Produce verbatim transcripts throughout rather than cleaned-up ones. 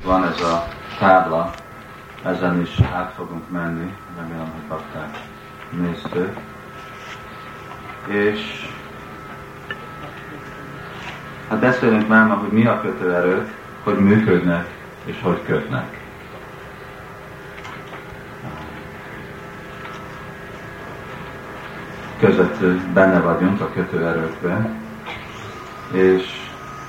van ez a tábla, ezen is át fogunk menni, remélem, hogy kapták néztők. És hát beszélünk már ma, hogy mi a kötőerők, hogy működnek és hogy kötnek. Között benne vagyunk a kötőerőkben, és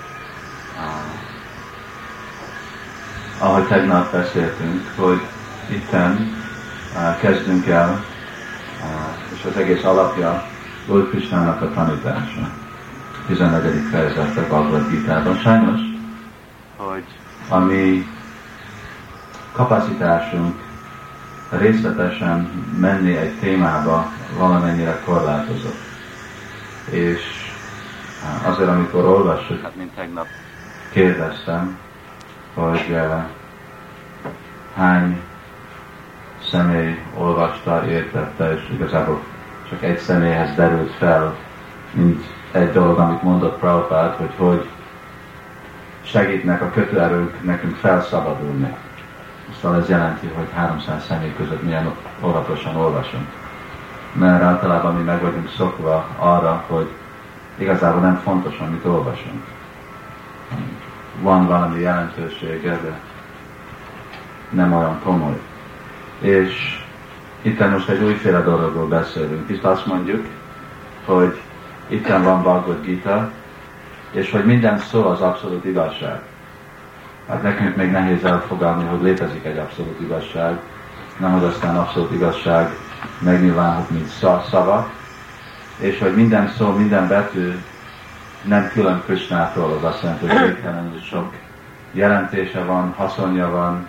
ahogy tegnap beszéltünk, hogy itten uh, kezdünk el, uh, és az egész alapja Úr Krisnának a tanítása. tizennegyedik fejezetben Bhagavad Gitában. Sajnos, hogy a mi kapacitásunk részletesen menni egy témába valamennyire korlátozott. És uh, azért, amikor olvassuk, hát mint tegnap kérdeztem, hogy uh, hány személy olvasta, értette, és igazából csak egy személyhez derült fel, mint egy dolog, amit mondott Prabhupád, hogy hogy segítnek a kötőerők nekünk felszabadulni. Szóval ez jelenti, hogy háromszáz személy között milyen óvatosan olvasunk. Mert általában mi meg vagyunk szokva arra, hogy igazából nem fontos, amit olvasunk. Van valami jelentősége, de nem olyan komoly. És itt most egy újféle dologról beszélünk. Itt azt mondjuk, hogy itten van Bhagavad Gita, és hogy minden szó az abszolút igazság. Hát nekünk még nehéz elfogadni, hogy létezik egy abszolút igazság, nem hogy aztán abszolút igazság megnyilvánhat, mint szavak, és hogy minden szó, minden betű nem külön Krisnától, az azt jelenti, hogy végtelenül sok jelentése van, haszonja van.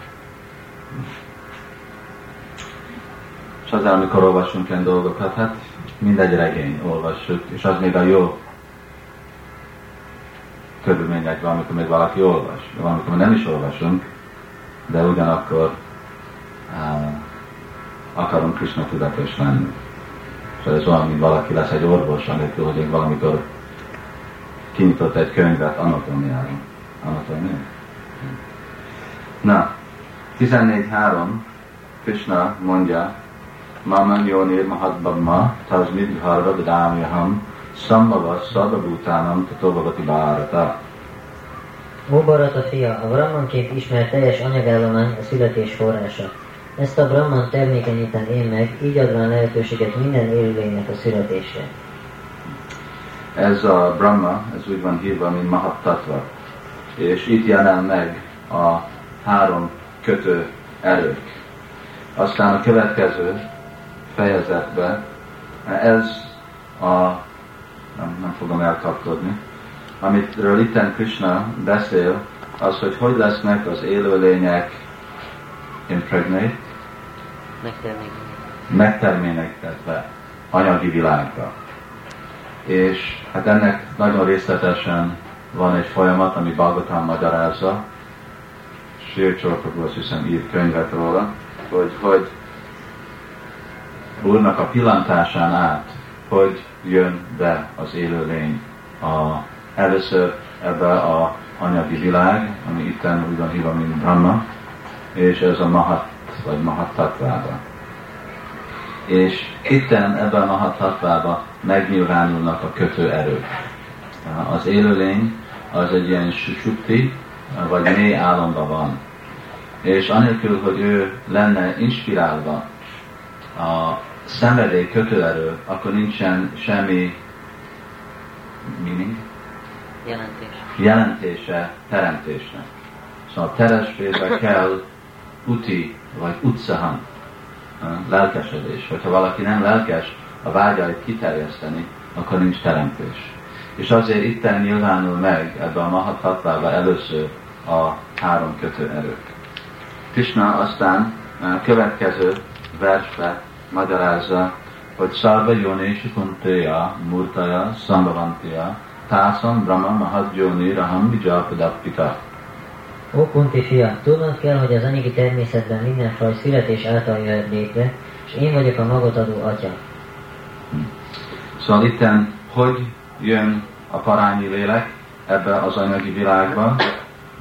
És azért, amikor olvasunk ilyen dolgokat, hát mindegy regény olvassuk, és az még a jó körülményekben, amikor még valaki olvas. De van, amikor nem is olvasunk, de ugyanakkor uh, akarunk Krishna tudatos lenni. Szóval ez olyan, mint valaki lesz egy orvos, anélkül, hogy én valamikor kinyitott egy könyvet anatómiáról. Anatómiáról? Na, tizennégy három Krishna mondja, Maman Yonir Mahatbhamma Tasmid Harva Dadámyaham Sambhava Sarvabhutánam Tatovavati Bharata. Ó Bharata fia, a Brahman-kép ismert teljes anyagállomány a születés forrása. Ezt a Brahman termékenyítem én meg, így adván lehetőséget minden élőlénynek a születésre. Ez a Brahma, ez úgy van hívva, mint Mahat Tattva. És itt jelen meg a három kötő erők. Aztán a következő fejezetben ez a, nem, nem fogom elkapkodni, amitről itten Krishna beszél, az, hogy hogy lesznek az élőlények impregnate, megtermékenyedve anyagi világba. És hát ennek nagyon részletesen van egy folyamat, ami Bhagavatam magyarázza, Sri Csortogó azt hiszem írt könyvet róla, hogy, hogy Úrnak a pillantásán át, hogy jön be az élőlény a, először ebbe a anyagi világ, ami itten úgy van hívva, mint Brahma, és ez a Mahat, vagy Mahat Tattvába. És itten ebben a Mahat Tattvába megnyilvánulnak a kötőerők. Az élőlény az egy ilyen susupti, vagy mély álomban van. És anélkül, hogy ő lenne inspirálva a szenvedély kötőerő, akkor nincsen semmi meaning? Jelentés. jelentése teremtésnek. Szóval teremtésbe kell uti, vagy utsahan, lelkesedés. Hogyha valaki nem lelkes a vágyait kiterjeszteni, akkor nincs teremtés. És azért itten nyilvánul meg ebben a Mahat Tattvába először a három kötőerők. Krishna aztán a következő versbe magyarázza, hogy Sarva Yoneshu Kunteya Murtaya Sambhavantiya Tászam Brahma Mahat Yoni Raham Vijapadapika. Ó Kunti fia, tudnod kell, hogy az anyagi természetben minden faj születés által jöhet létre, és én vagyok a magot adó atya. Szóval itten, hogy jön a parányi lélek ebbe az anyagi világba?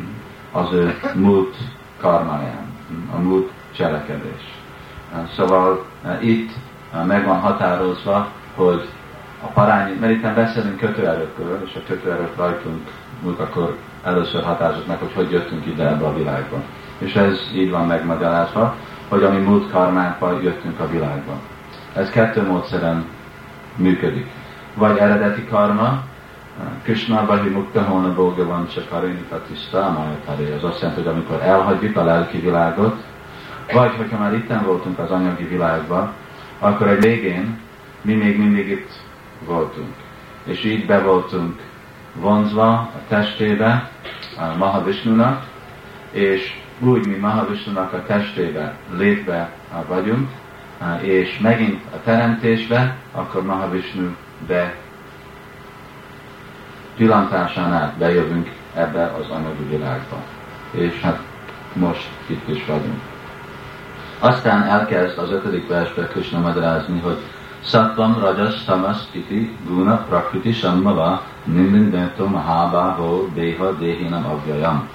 az ő múlt karmáján, a múlt cselekedés. Szóval itt meg van határozva, hogy a parányi, mert itt beszélünk kötőerőkről, és a kötőerők rajtunk múlt akkor először határozott meg, hogy hogy jöttünk ide ebbe a világba. És ez így van megmagyarázva, hogy a mi múlt karmánkban jöttünk a világba. Ez kettő módszeren működik. Vagy eredeti karma, Krishna Bahi Mukta Hona Bhoga Vancha Karinita Tiszta Amayatari. Az azt jelenti, hogy amikor elhagyjuk a lelki világot, vagy hogyha már itten voltunk az anyagi világban, akkor egy végén mi még mindig itt voltunk. És így be voltunk vonzva a testébe, a Mahavishnunak, és úgy, mint Mahavishnunak a testébe létbe vagyunk, és megint a teremtésbe, akkor Mahavishnu be pillantásán át bejövünk ebbe az anyagi világba. És hát most itt is vagyunk. Aztán elkezd az ötödik versbe Krishna magyarázni, hogy Sattvam, Rajas, Tamas, Iti, Guna, Prakriti, Sammava, Nimbindeto, Mahabhaho, Deha, Dehinam, Avyayam.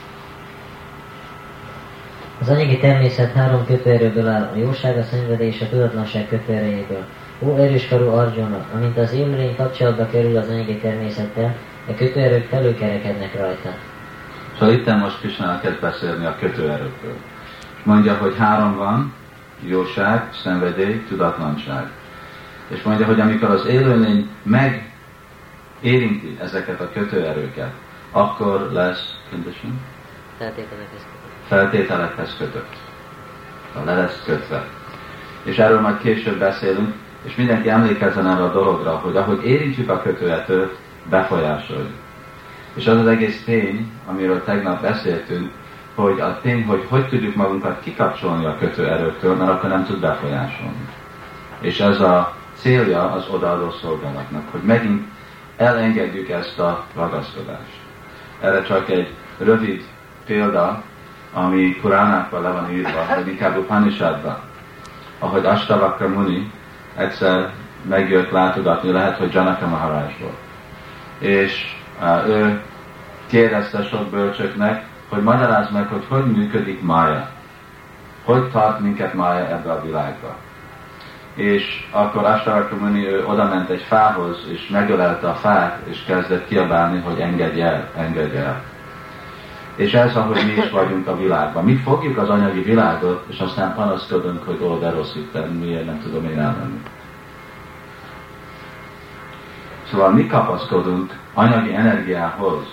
Az anyagi természet három kötőerőből áll, a jóság, a szenvedély és a tudatlanság kötőerejéből. Ó erőskarú Arjuna, amint az élőlény kapcsolatba kerül az anyagi természettel, a kötőerők felülkerekednek rajta. Szóval itt most Krishna elkezd beszélni a kötőerőkről. Mondja, hogy három van, jóság, szenvedély, tudatlanság. És mondja, hogy amikor az élőlény megérinti ezeket a kötőerőket, akkor lesz condition? Feltételekhez kötött. Feltételekhez kötött. Le lesz kötve. És erről majd később beszélünk, és mindenki emlékezzen erre a dologra, hogy ahogy érintjük a kötőerőt, befolyásoljuk. És az az egész tény, amiről tegnap beszéltünk, hogy a tény, hogy hogy tudjuk magunkat kikapcsolni a kötőerőktől, mert akkor nem tud befolyásolni. És ez a célja az odaadó szolgálatnak, hogy megint elengedjük ezt a ragaszkodást. Erre csak egy rövid példa, ami Puránákban le van írva, vagy inkább Upanishadban, ahogy Astavakra Muni egyszer megjött látogatni, lehet, hogy Janaka Maharaj volt. És uh, ő kérdezte sok bölcsöknek, hogy magyarázd meg, hogy hogy működik Mája. Hogy tart minket Mája ebbe a világba. És akkor Astavakra Muni ő oda ment egy fához, és megölelte a fát, és kezdett kiabálni, hogy engedj el, engedj el. És ez, ahogy mi is vagyunk a világban. Mi fogjuk az anyagi világot, és aztán panaszkodunk, hogy ó, de rossz itt, miért nem tudom én elmenni. Szóval mi kapaszkodunk anyagi energiához,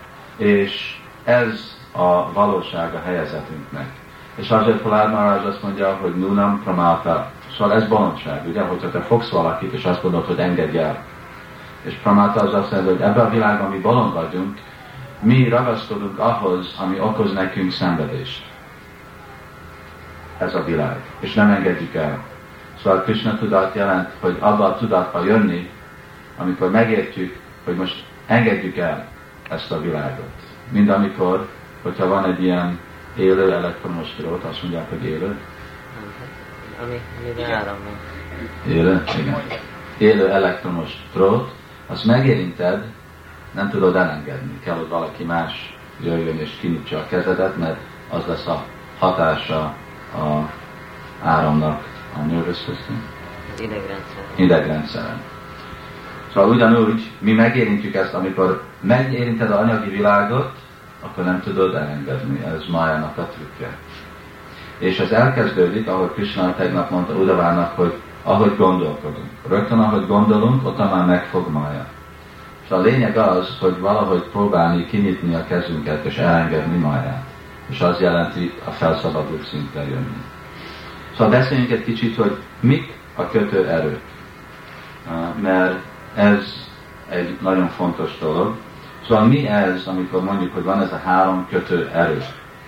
és ez a valóság a helyezetünknek. És azért Prahlad Maharaj azt mondja, hogy Nunam Pramata. Szóval ez bolondság, ugye, hogyha te fogsz valakit, és azt mondod, hogy engedj el. És Pramata az azt mondja, hogy ebben a világban mi bolond vagyunk, mi ragaszkodunk ahhoz, ami okoz nekünk szenvedést. Ez a világ. És nem engedjük el. Szóval Krishna tudat jelent, hogy abba a tudatba jönni, amikor megértjük, hogy most engedjük el ezt a világot. Mind amikor, hogyha van egy ilyen élő elektromos drót, azt mondják, hogy élő. Ami, amiben áram van. Élő? Igen. Élő elektromos drót, azt megérinted, nem tudod elengedni. Kell, hogy valaki más jöjjön és kinyitsa a kezedet, mert az lesz a hatása a áramnak a nervous system. Az idegrendszer. Idegrendszeren. Szóval ugyanúgy mi megérintjük ezt, amikor megérinted az anyagi világot, akkor nem tudod elengedni. Ez Májának a trükkje. És ez elkezdődik, ahogy Krishna tegnap mondta Udavának, hogy ahogy gondolkodunk. Rögtön ahogy gondolunk, ott már megfog Mája. És a lényeg az, hogy valahogy próbálni kinyitni a kezünket és elengedni Máját. És az jelenti a felszabadult szintre jönni. Szóval beszéljünk egy kicsit, hogy mik a kötőerők. Mert ez egy nagyon fontos dolog. Szóval mi ez, amikor mondjuk, hogy van ez a három kötőerő.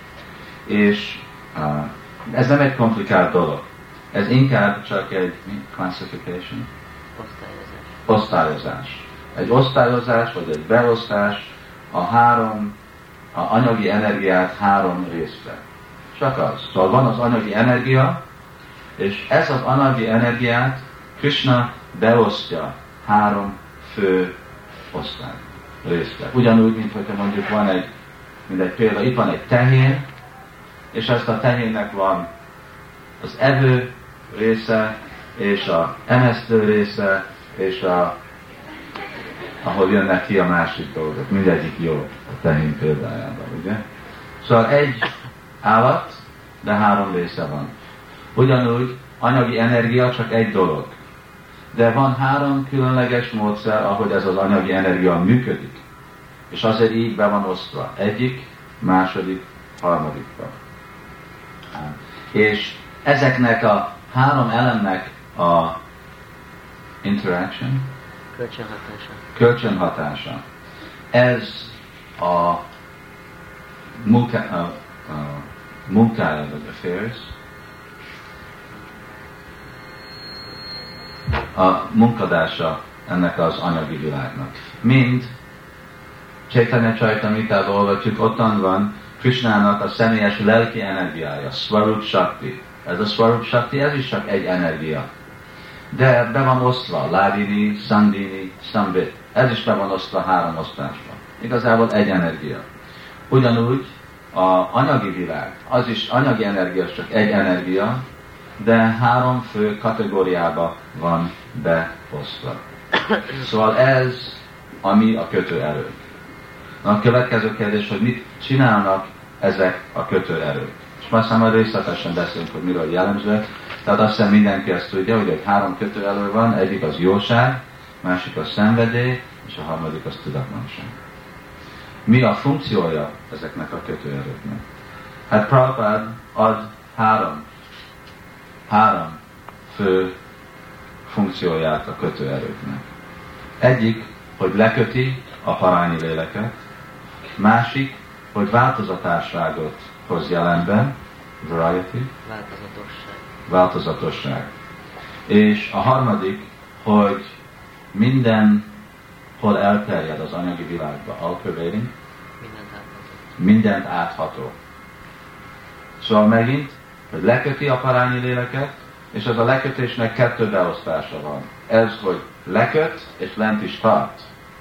És ez nem egy komplikált dolog. Ez inkább csak egy classification? Osztályozás. Osztályozás. Egy osztályozás, vagy egy beosztás a három, a anyagi energiát három részre. Csak az. Szóval van az anyagi energia, és ez az anyagi energiát Krishna beosztja három fő osztály részre. Ugyanúgy, mint hogyha mondjuk van egy, mindegy példa, itt van egy tehén, és ezt a tehénnek van az evő része, és a emesztő része, és a, ahol jönnek ki a másik dolgok. Mindegyik jó a tehén példájában, ugye? Szóval egy állat, de három része van. Ugyanúgy anyagi energia csak egy dolog. De van három különleges módszer, ahogy ez az anyagi energia működik. És azért így be van osztva. Egyik, második, harmadikra. És ezeknek a három elemnek a interaction, Kölcsönhatása. kölcsönhatása. Ez a munka, a, a munkája, vagy affairs, a munkadása ennek az anyagi világnak. Mind Chaitanya Charitamritában olvatjuk, ottan van Krishnának a személyes lelki energiája, Swarup Shakti. Ez a Swarup Shakti, ez is csak egy energia. De be van osztva, Ládini, Sandini, Sambit. Ez is be van osztva három osztásba. Igazából egy energia. Ugyanúgy a anyagi világ, az is anyagi energia, csak egy energia, de három fő kategóriába van beosztva. Szóval ez, ami a kötőerők. Na, a következő kérdés, hogy mit csinálnak ezek a kötőerők. És már számára részletesen beszélünk, hogy miről jellemző. Tehát azt hiszem mindenki ezt tudja, hogy egy három kötőerő van, egyik az jóság, másik az szenvedély, és a harmadik az tudatlanság. Mi a funkciója ezeknek a kötőerőknek? Hát Prabhupád ad három, három fő funkcióját a kötőerőknek. Egyik, hogy leköti a parányi léleket, másik, hogy változatosságot hoz jelenben, variety, Változatosság. változatosság. És a harmadik, hogy mindenhol elterjed az anyagi világba, all-pervading, Mindent átható. mindent átható. Szóval megint, hogy leköti a parányi léleket, és ez a lekötésnek kettő beosztása van. Ez, hogy leköt, és lent is tart.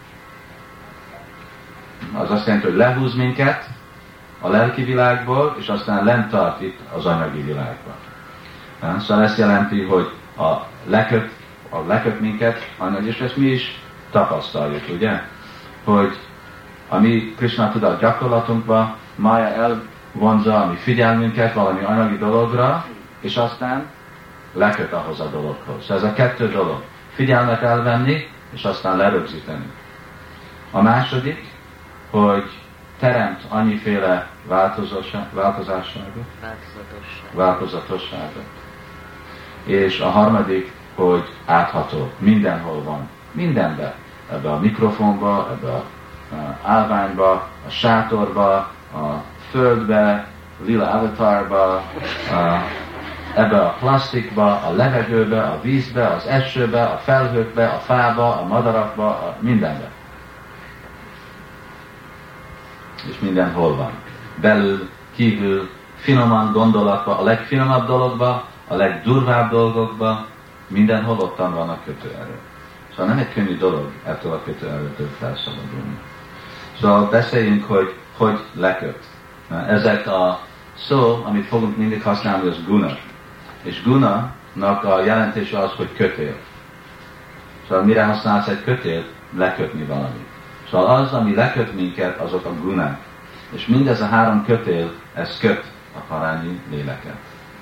Az azt jelenti, hogy lehúz minket a lelki világból, és aztán lent tart itt az anyagi világban. Szóval ezt jelenti, hogy a leköt, a leköt minket anyagi, és ezt mi is tapasztaljuk, ugye? Hogy a mi Krishna tudat gyakorlatunkban Maya elvonza a mi figyelmünket valami anyagi dologra, és aztán leköt ahhoz a dologhoz. Ez a kettő dolog. Figyelmet elvenni, és aztán lerögzíteni. A második, hogy teremt annyiféle változásságot, Változatosság. változatosságot. És a harmadik, hogy átható. Mindenhol van. Mindenbe. Ebbe a mikrofonba, ebbe a állványba, a sátorba, a földbe, lila avatarba, a, ebbe a plastikba, a levegőbe, a vízbe, az esőbe, a felhőkbe, a fába, a madarakba, a mindenbe. És mindenhol van. Belül, kívül, finoman gondolatba, a legfinomabb dologba, a legdurvább dolgokba, mindenhol ottan van a kötőerő. Szóval nem egy könnyű dolog ettől a kötőerőtől felszabadulni. Szóval beszéljünk, hogy hogy leköt. Ezek a szó, amit fogunk mindig használni, az guna. És guna-nak a jelentése az, hogy kötél. Szóval mire használsz egy kötél? Lekötni valamit. Szóval az, ami leköt minket, azok a gunák. És mindez a három kötél, ez köt a parányi léleket.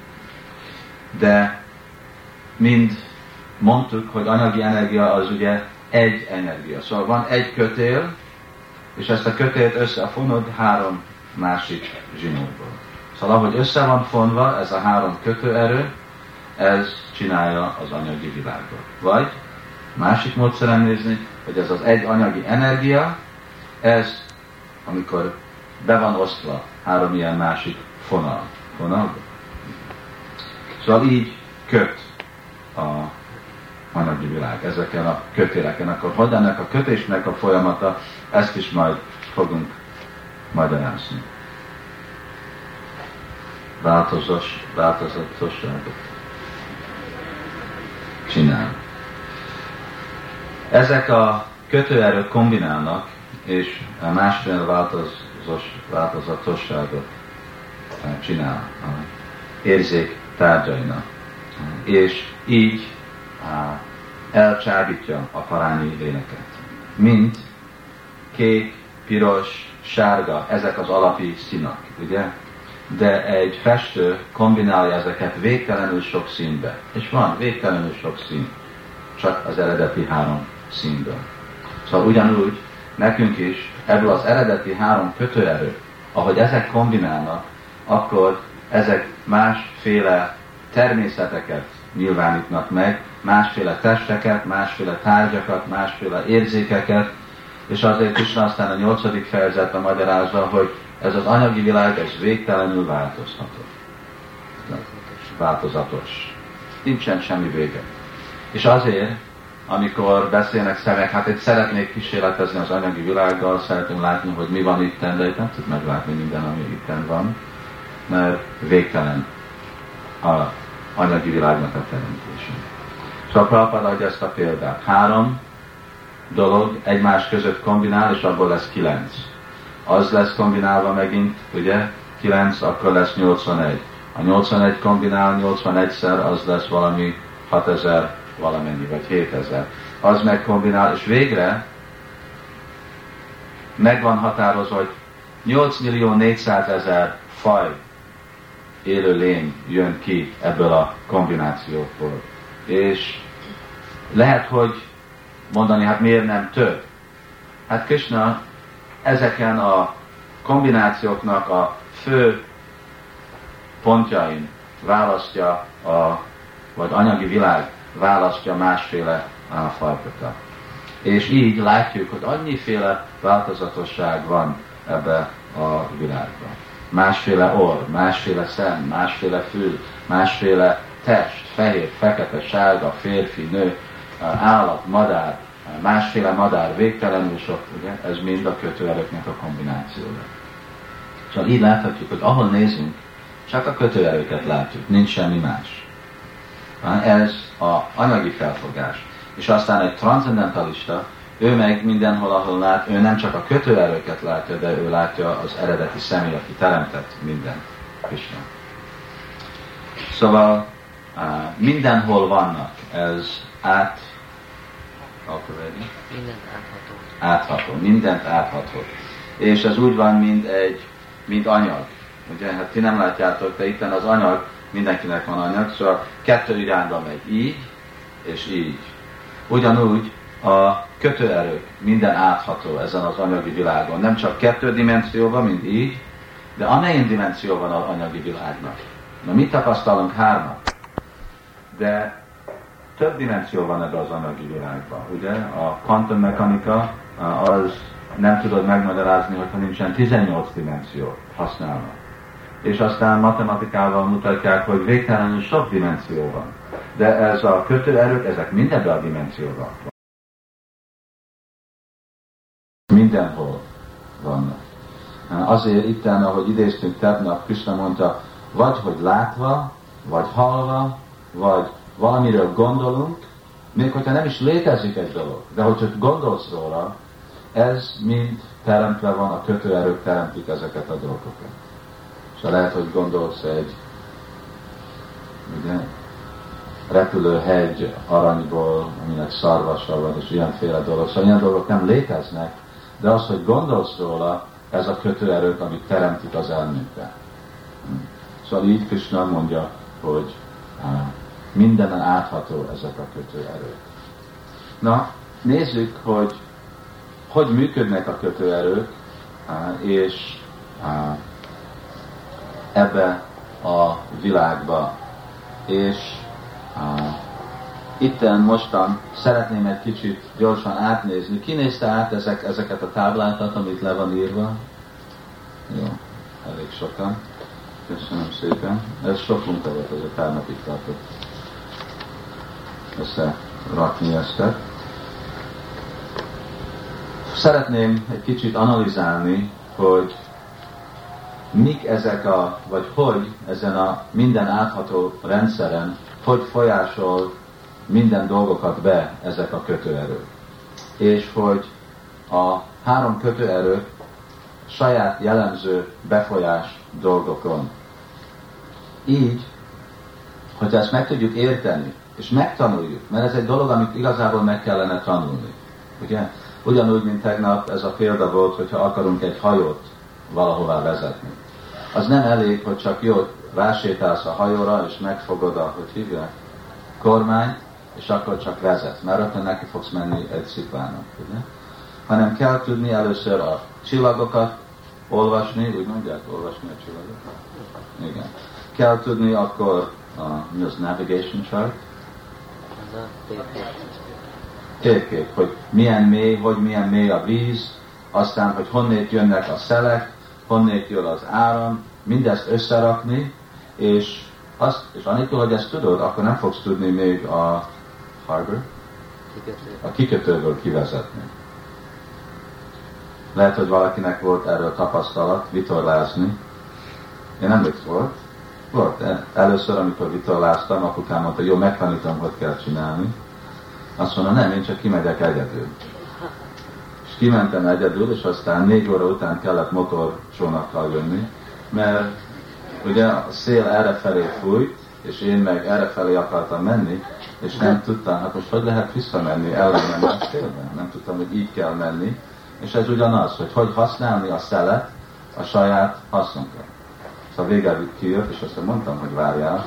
De mind mondtuk, hogy anyagi energia az ugye egy energia. Szóval van egy kötél, és ezt a kötélt összefonod három másik zsinórból. Szóval ahogy össze van fonva ez a három kötőerő, ez csinálja az anyagi világot. Vagy másik módszeren nézni, hogy ez az egy anyagi energia, ez amikor be van osztva három ilyen másik fonal. Fonal? Szóval így köt a anyagi világ ezeken a kötéleken. Akkor hogy ennek a kötésnek a folyamata, ezt is majd fogunk magyarázni. Változos, változatosságot csinál. Ezek a kötőerők kombinálnak, és másféle változos, változatosságot csinál érzék tárgyainak. És így elcsábítja a parányi léleket. Mint kék, piros, sárga, ezek az alapi színak, ugye? De egy festő kombinálja ezeket végtelenül sok színbe. És van végtelenül sok szín, csak az eredeti három színből. Szóval ugyanúgy nekünk is ebből az eredeti három kötőerő, ahogy ezek kombinálnak, akkor ezek másféle természeteket nyilvánítnak meg, másféle testeket, másféle tárgyakat, másféle érzékeket, és azért Krisna aztán a nyolcadik fejezetben magyarázza, hogy ez az anyagi világ, ez végtelenül változható. Változatos. Nincsen semmi vége. És azért, amikor beszélnek szemek, hát itt szeretnék kísérletezni az anyagi világgal, szeretném látni, hogy mi van itten, de itt nem tud meglátni minden, ami itten van, mert végtelen a anyagi világnak a teremtése. Szóval Prabhupáda adja ezt a példát. Három dolog egymás között kombinál, és abból lesz kilenc. Az lesz kombinálva megint, ugye, kilenc, akkor lesz nyolcvanegy. A nyolcvanegy kombinál nyolcvanegyszer, az lesz valami hatezer valamennyi, vagy hétezer. Az megkombinál, és végre meg van határozva, hogy nyolc millió négyszázezer faj élő lény jön ki ebből a kombinációból. És lehet, hogy mondani, hát miért nem több? Hát Krishna ezeken a kombinációknak a fő pontjain választja a, vagy anyagi világ választja másféle fajtokat. És így látjuk, hogy annyiféle változatosság van ebbe a világban. Másféle orr, másféle szem, másféle fül, másféle test, fehér, fekete, sárga, férfi, nő, állat, madár, másféle madár, végtelenül sok, ugye? Ez mind a kötőerőknek a kombinációja. Szóval így láthatjuk, hogy ahol nézünk, csak a kötőerőket látjuk, nincs semmi más. Ez az anyagi felfogás. És aztán egy transzendentalista, ő meg mindenhol, ahol lát, ő nem csak a kötőerőket látja, de ő látja az eredeti személy, aki teremtett mindent. Krishna. Szóval mindenhol vannak, ez át... Mindent átható. Átható, mindent átható. És ez úgy van, mint egy, mint anyag. Ugye, hát ti nem látjátok, de itten az anyag, mindenkinek van anyag, szóval kettő irányba megy, így és így. Ugyanúgy a kötőerők minden átható ezen az anyagi világon. Nem csak kettő dimenzióban, mint így, de amelyen dimenzió van az anyagi világnak. Na, mit tapasztalunk? Hármat. De több dimenzió van ebben az anyagi világban. Ugye? A kvantummechanika az nem tudod megmagyarázni, hogyha nincsen tizennyolc dimenzió használva. És aztán matematikával mutatják, hogy végtelenül sok dimenzió van. De ez a kötőerők, ezek mindenben a dimenzióban. Mindenhol vannak. Azért itten, ahogy idéztünk tegnap, Krishna mondta, vagy hogy látva, vagy hallva, vagy valamiről gondolunk, még hogyha nem is létezik egy dolog, de hogyha gondolsz róla, ez mind teremtve van, a kötőerők teremtik ezeket a dolgokat. És lehet, hogy gondolsz egy ugye, repülőhegy aranyból, aminek szarvasa van, és ilyenféle dolog. Szóval ilyen dolgok nem léteznek, de az, hogy gondolsz róla, ez a kötőerők, amik teremtik az elménkbe. Szóval így Krishna mondja, hogy mindenen átható ezek a kötőerők. Na, nézzük, hogy hogy működnek a kötőerők, és ebbe a világba. És itten mostan szeretném egy kicsit gyorsan átnézni. Ki nézte át ezek, ezeket a táblákat, amit le van írva? Jó, elég sokan. Köszönöm szépen. Ez sok munka volt, ez a pár napig tartott összerakni ezt. Szeretném egy kicsit analizálni, hogy mik ezek a, vagy hogy ezen a minden átható rendszeren, hogy folyásol minden dolgokat be ezek a kötőerők. És hogy a három kötőerő saját jellemző befolyás dolgokon. Így, hogyha ezt meg tudjuk érteni, és megtanuljuk, mert ez egy dolog, amit igazából meg kellene tanulni. Ugye? Ugyanúgy, mint tegnap ez a példa volt, hogyha akarunk egy hajót valahová vezetni. Az nem elég, hogy csak jó, rásétálsz a hajóra, és megfogod a, hogy hívják, kormányt, és akkor csak vezetsz, mert rögtön neki fogsz menni egy sziklának. Ugye? Hanem kell tudni először a csillagokat olvasni, úgy mondják, olvasni a csillagokat? Igen. Kell tudni akkor a, mi az navigation chart? Térkép, hogy milyen mély, hogy milyen mély a víz, aztán, hogy honnét jönnek a szelek, honnét jön az áram, mindezt összerakni, és, azt, és anélkül, hogy ezt tudod, akkor nem fogsz tudni még a harbor, a kikötőből kivezetni. Lehet, hogy valakinek volt erről tapasztalat, vitorlázni. Én nem mit volt. Volt. Először, amikor vitorláztam, apukám mondta, jó, megtanítom, hogy kell csinálni. Azt mondom, nem, én csak kimegyek egyedül. És kimentem egyedül, és aztán négy óra után kellett motorcsónakkal jönni, mert ugye a szél errefelé fújt, és én meg errefelé akartam menni, és nem tudtam, hát most hogy lehet visszamenni, elmenni a szélben? Nem tudtam, hogy így kell menni. És ez ugyanaz, hogy hogy használni a szelet a saját hasznunkra. Szóval végül kijött, és azt mondtam, hogy várjál.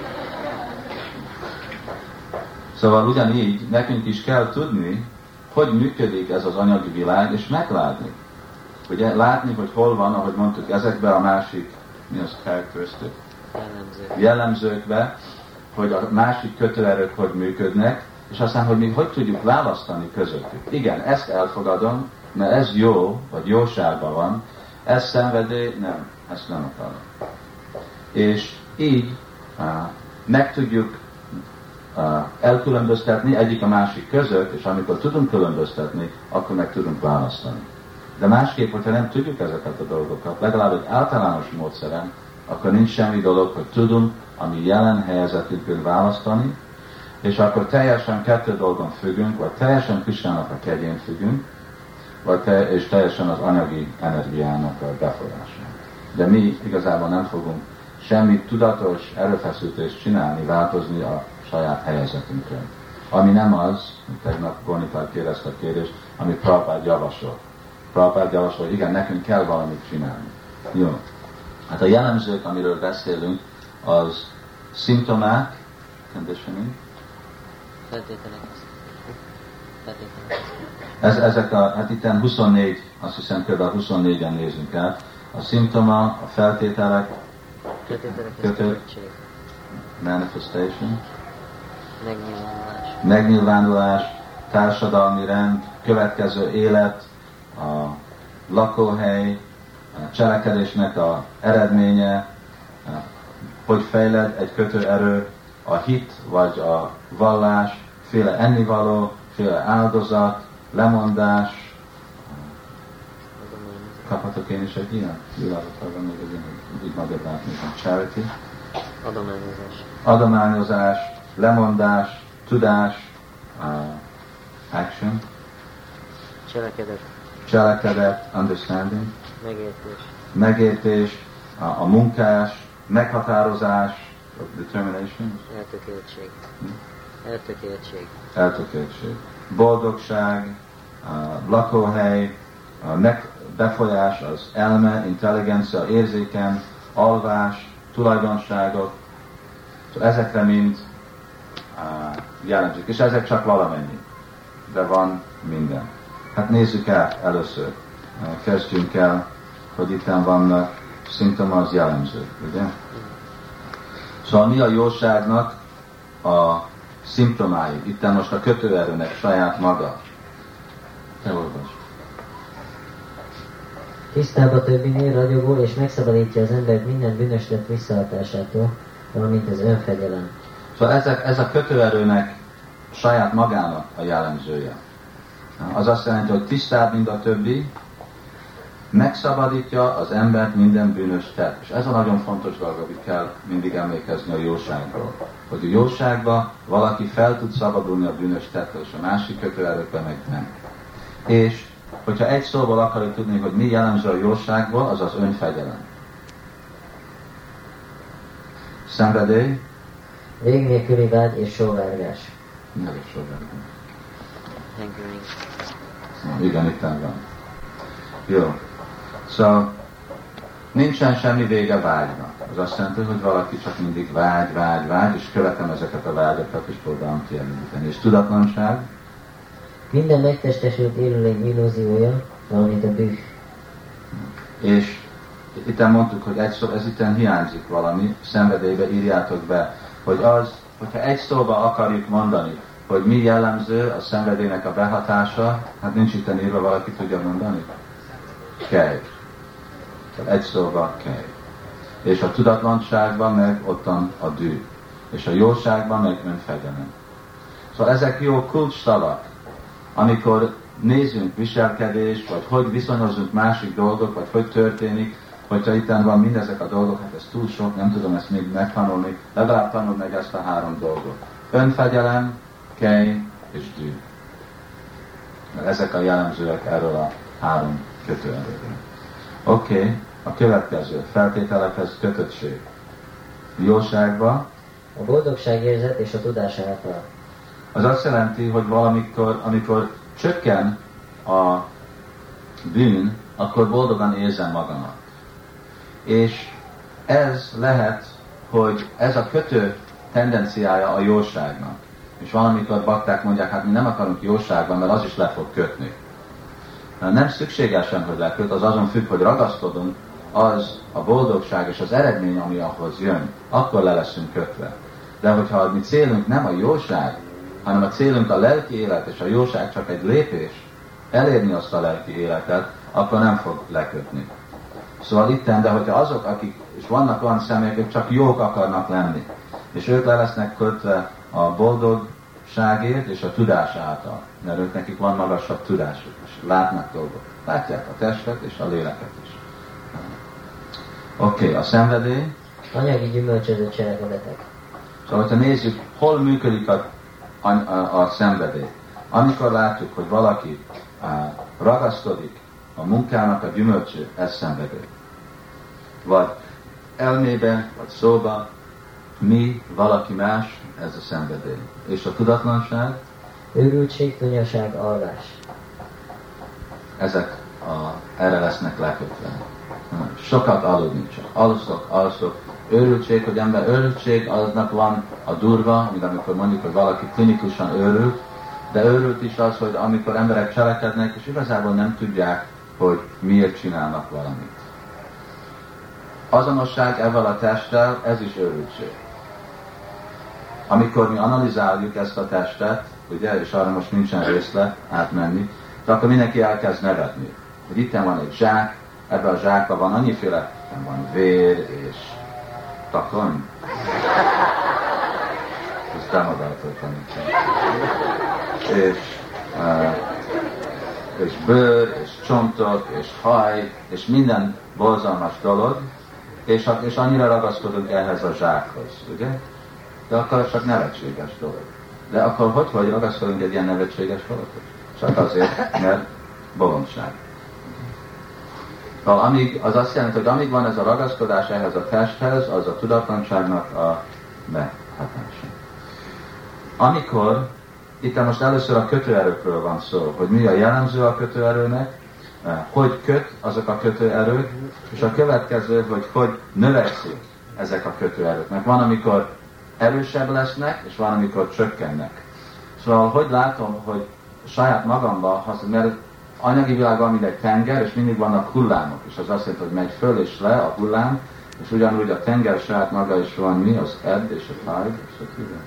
Szóval ugyanígy nekünk is kell tudni, hogy működik ez az anyagi világ, és meglátni. Ugye látni, hogy hol van, ahogy mondtuk, ezekben a másik, mi az characteristic? Jellemzők. Jellemzőkbe, hogy a másik kötőerők hogy működnek, és aztán, hogy mi hogy tudjuk választani közöttük. Igen, ezt elfogadom, mert ez jó, vagy jóságban van, ez szenvedély, nem, ezt nem akarom. És így uh, meg tudjuk uh, elkülönböztetni egyik a másik között, és amikor tudunk különböztetni, akkor meg tudunk választani. De másképp, hogyha nem tudjuk ezeket a dolgokat, legalább egy általános módszeren, akkor nincs semmi dolog, hogy tudunk, ami jelen helyzetünkön választani, és akkor teljesen kettő dolgon függünk, vagy teljesen Krisnának a kegyén függünk, vagy te, és teljesen az anyagi energiának a befolyása. De mi igazából nem fogunk semmi tudatos erőfeszítést csinálni, változni a saját helyzetünkön. Ami nem az, mint tegnap Gornikár kérdezte a kérdést, amit Prabhupád javasol. Prabhupád javasol, hogy igen, nekünk kell valamit csinálni. Jó. Hát a jellemzők, amiről beszélünk, az szimptomák, conditioning, Feltételek. Feltételek. Ez, ezek a, hát itt huszonnégy, azt hiszem kb. huszonnégyen nézünk át. A szimptoma, a feltételek, Feltételek, kötő, manifestation, megnyilvánulás. megnyilvánulás, társadalmi rend, következő élet, a lakóhely, a cselekedésnek a eredménye, hogy fejled egy kötőerő, a hit vagy a vallás, féle ennivaló, féle áldozat, lemondás. Kaphatok én is egy ilyen világot, ha még egy ilyen, így nagyobb látni, a charity. Adományozás. Adományozás, lemondás, tudás, uh, action. Cselekedet. Cselekedet, understanding. Megértés. Megértés, a, a munkás, meghatározás, determination. Eltökéltség. Eltökéltség. Eltökéltség. Boldogság, a lakóhely, a meg, befolyás, az elme, intelligencia, érzéken, alvás, tulajdonságok, ezekre mind uh, jellemzik. És ezek csak valamennyi. De van minden. Hát nézzük el először. Uh, kezdjünk el, hogy itt vannak szimptoma, az jellemző, ugye? Szóval mi a jóságnak a szimptomái? Itt most a kötőerőnek saját maga. Te olvasd. Tisztább a többinél ragyogó, és megszabadítja az embert minden bűnös tett visszahatásától, valamint az önfegyelem. Szóval ezek, ez a kötőerőnek saját magának a jellemzője. Az azt jelenti, hogy tisztább, mint a többi, megszabadítja az embert minden bűnös tett. És ez a nagyon fontos dolog, amit kell mindig emlékezni a jóságról. Hogy a jóságban valaki fel tud szabadulni a bűnös tettől, és a másik kötőerőkben meg nem. És hogyha egy szóval akarjuk tudni, hogy mi jellemző a jóságból, az az önfegyelem. Szenvedély. Vég nélküli vágy és sóvárgás. Mi az a sóvárgás? Igen, itt van. Jó. Szóval nincsen semmi vége vágynak. Az azt jelenti, hogy valaki csak mindig vágy, vágy, vágy, és követem ezeket a vágyakat, és próbálom kielégíteni. És tudatlanság? Minden megtestesült élőlény illúziója, valamint a düh. És itt mondtuk, hogy egy szó, ez itt hiányzik valami, szenvedélybe írjátok be, hogy az, hogyha egy szóba akarjuk mondani, hogy mi jellemző a szenvedélynek a behatása, hát nincs itt írva, valaki tudja mondani? Kej. Egy szóba kej. És a tudatlanságban meg ottan a dű. És a jóságban meg önfegyelem. Szóval ezek jó kulcsszavak, amikor nézzünk viselkedést, vagy hogy viszonyozunk másik dolgok, vagy hogy történik, hogyha itt van mindezek a dolgok, hát ez túl sok, nem tudom ezt még megtanulni, legalább tanul meg ezt a három dolgot. Önfegyelem, kej és dű. Ezek a jellemzőek erről a három kötőerőről. Oké, okay. A következő feltételekhez kötöttség. Jóságba. A boldogságérzet és a tudás által. Az azt jelenti, hogy valamikor, amikor csökken a bűn, akkor boldogan érzem magamat. És ez lehet, hogy ez a kötő tendenciája a jóságnak. És valamikor bakták mondják, hát mi nem akarunk jóságban, mert az is le fog kötni. Nem szükségesen, hogy leköt, az azon függ, hogy ragaszkodunk, az a boldogság és az eredmény, ami ahhoz jön, akkor le leszünk kötve. De hogyha a mi célunk nem a jóság, hanem a célunk a lelki élet, és a jóság csak egy lépés, elérni azt a lelki életet, akkor nem fog lekötni. Szóval itten, de hogyha azok, akik, és vannak olyan személyek, ők csak jók akarnak lenni, és ők le lesznek kötve a boldogságért és a tudás által, mert ők nekik van magasabb tudásuk, és látnak dolgot. Látják a testet és a léleket is. Oké, okay, a szenvedély. Anyagi gyümölcsöző cselekedetek. Szóval, hogyha nézzük, hol működik a, a, a, a szenvedély. Amikor látjuk, hogy valaki á, ragaszkodik a munkának a gyümölcső, ez szenvedély. Vagy elmébe, vagy szóba, mi, valaki más, ez a szenvedély. És a tudatlanság? Őrültség, tunyaság, alvás. Ezek a, erre lesznek lekötve. Sokat aludni csak. Alszok, alszok. Őrültség, hogy ember őrültség, aznak van a durva, mint amikor mondjuk, hogy valaki klinikusan őrült, de őrült is az, hogy amikor emberek cselekednek, és igazából nem tudják, hogy miért csinálnak valamit. Azonosság ezzel a testtel, ez is őrültség. Amikor mi analizáljuk ezt a testet, ugye, és arra most nincsen részlet átmenni, de akkor mindenki elkezd nevetni. Hogy itt van egy zsák, ebben a zsákban van annyiféle, van vér és takony. Ezt támadáltok és, uh, és bőr, és csontok, és haj, és minden borzalmas dolog, és, és annyira ragaszkodunk ehhez a zsákhoz, ugye? De akkor csak nevetséges dolog. De akkor hogy, hogy ragaszkodunk egy ilyen nevetséges dologhoz? Csak azért, mert bolondság. Szóval amíg, az azt jelenti, hogy amíg van ez a ragaszkodás ehhez a testhez, az a tudatlanságnak a behatása. Amikor, itt most először a kötőerőkről van szó, hogy mi a jellemző a kötőerőnek, hogy köt azok a kötőerők, és a következő, hogy hogy növekszik ezek a kötőerők. Mert van, amikor erősebb lesznek, és van, amikor csökkennek. Szóval, hogy látom, hogy saját magamban, mert anyagi világban mind egy tenger, és mindig vannak hullámok, és az azt jelenti, hogy megy föl és le a hullám, és ugyanúgy a tenger saját maga is van mi, az ebb és a tide, és a tüve.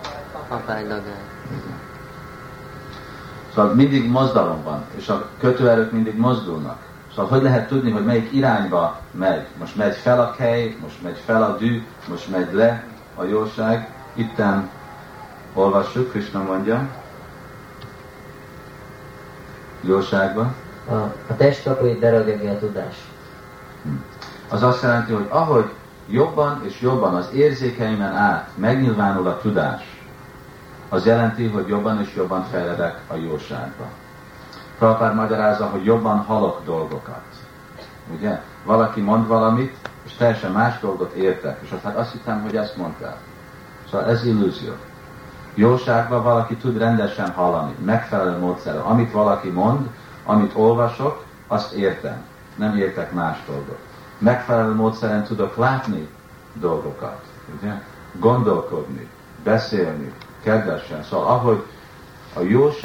Szóval mindig mozdalom van, és a kötőerők mindig mozdulnak. Szóval hogy lehet tudni, hogy melyik irányba megy? Most megy fel a kej, most megy fel a dű, most megy le a jóság. Itten olvassuk, Krishna mondja. Jóságban. A, a test kapuit beragolja a tudás. Az azt jelenti, hogy ahogy jobban és jobban az érzékeimen át megnyilvánul a tudás, az jelenti, hogy jobban és jobban fejledek a jóságba. Prabhupád magyarázza, hogy jobban hallok dolgokat. Ugye? Valaki mond valamit, és teljesen más dolgot értek, és azt, hát azt hittem, hogy ezt mondtál. Szóval ez illúzió. Jóságban valaki tud rendesen hallani, megfelelő módszerrel. Amit valaki mond, amit olvasok, azt értem. Nem értek más dolgot. Megfelelő módszeren tudok látni dolgokat. Ugye? Gondolkodni, beszélni, kedvesen. Szóval ahogy a jóság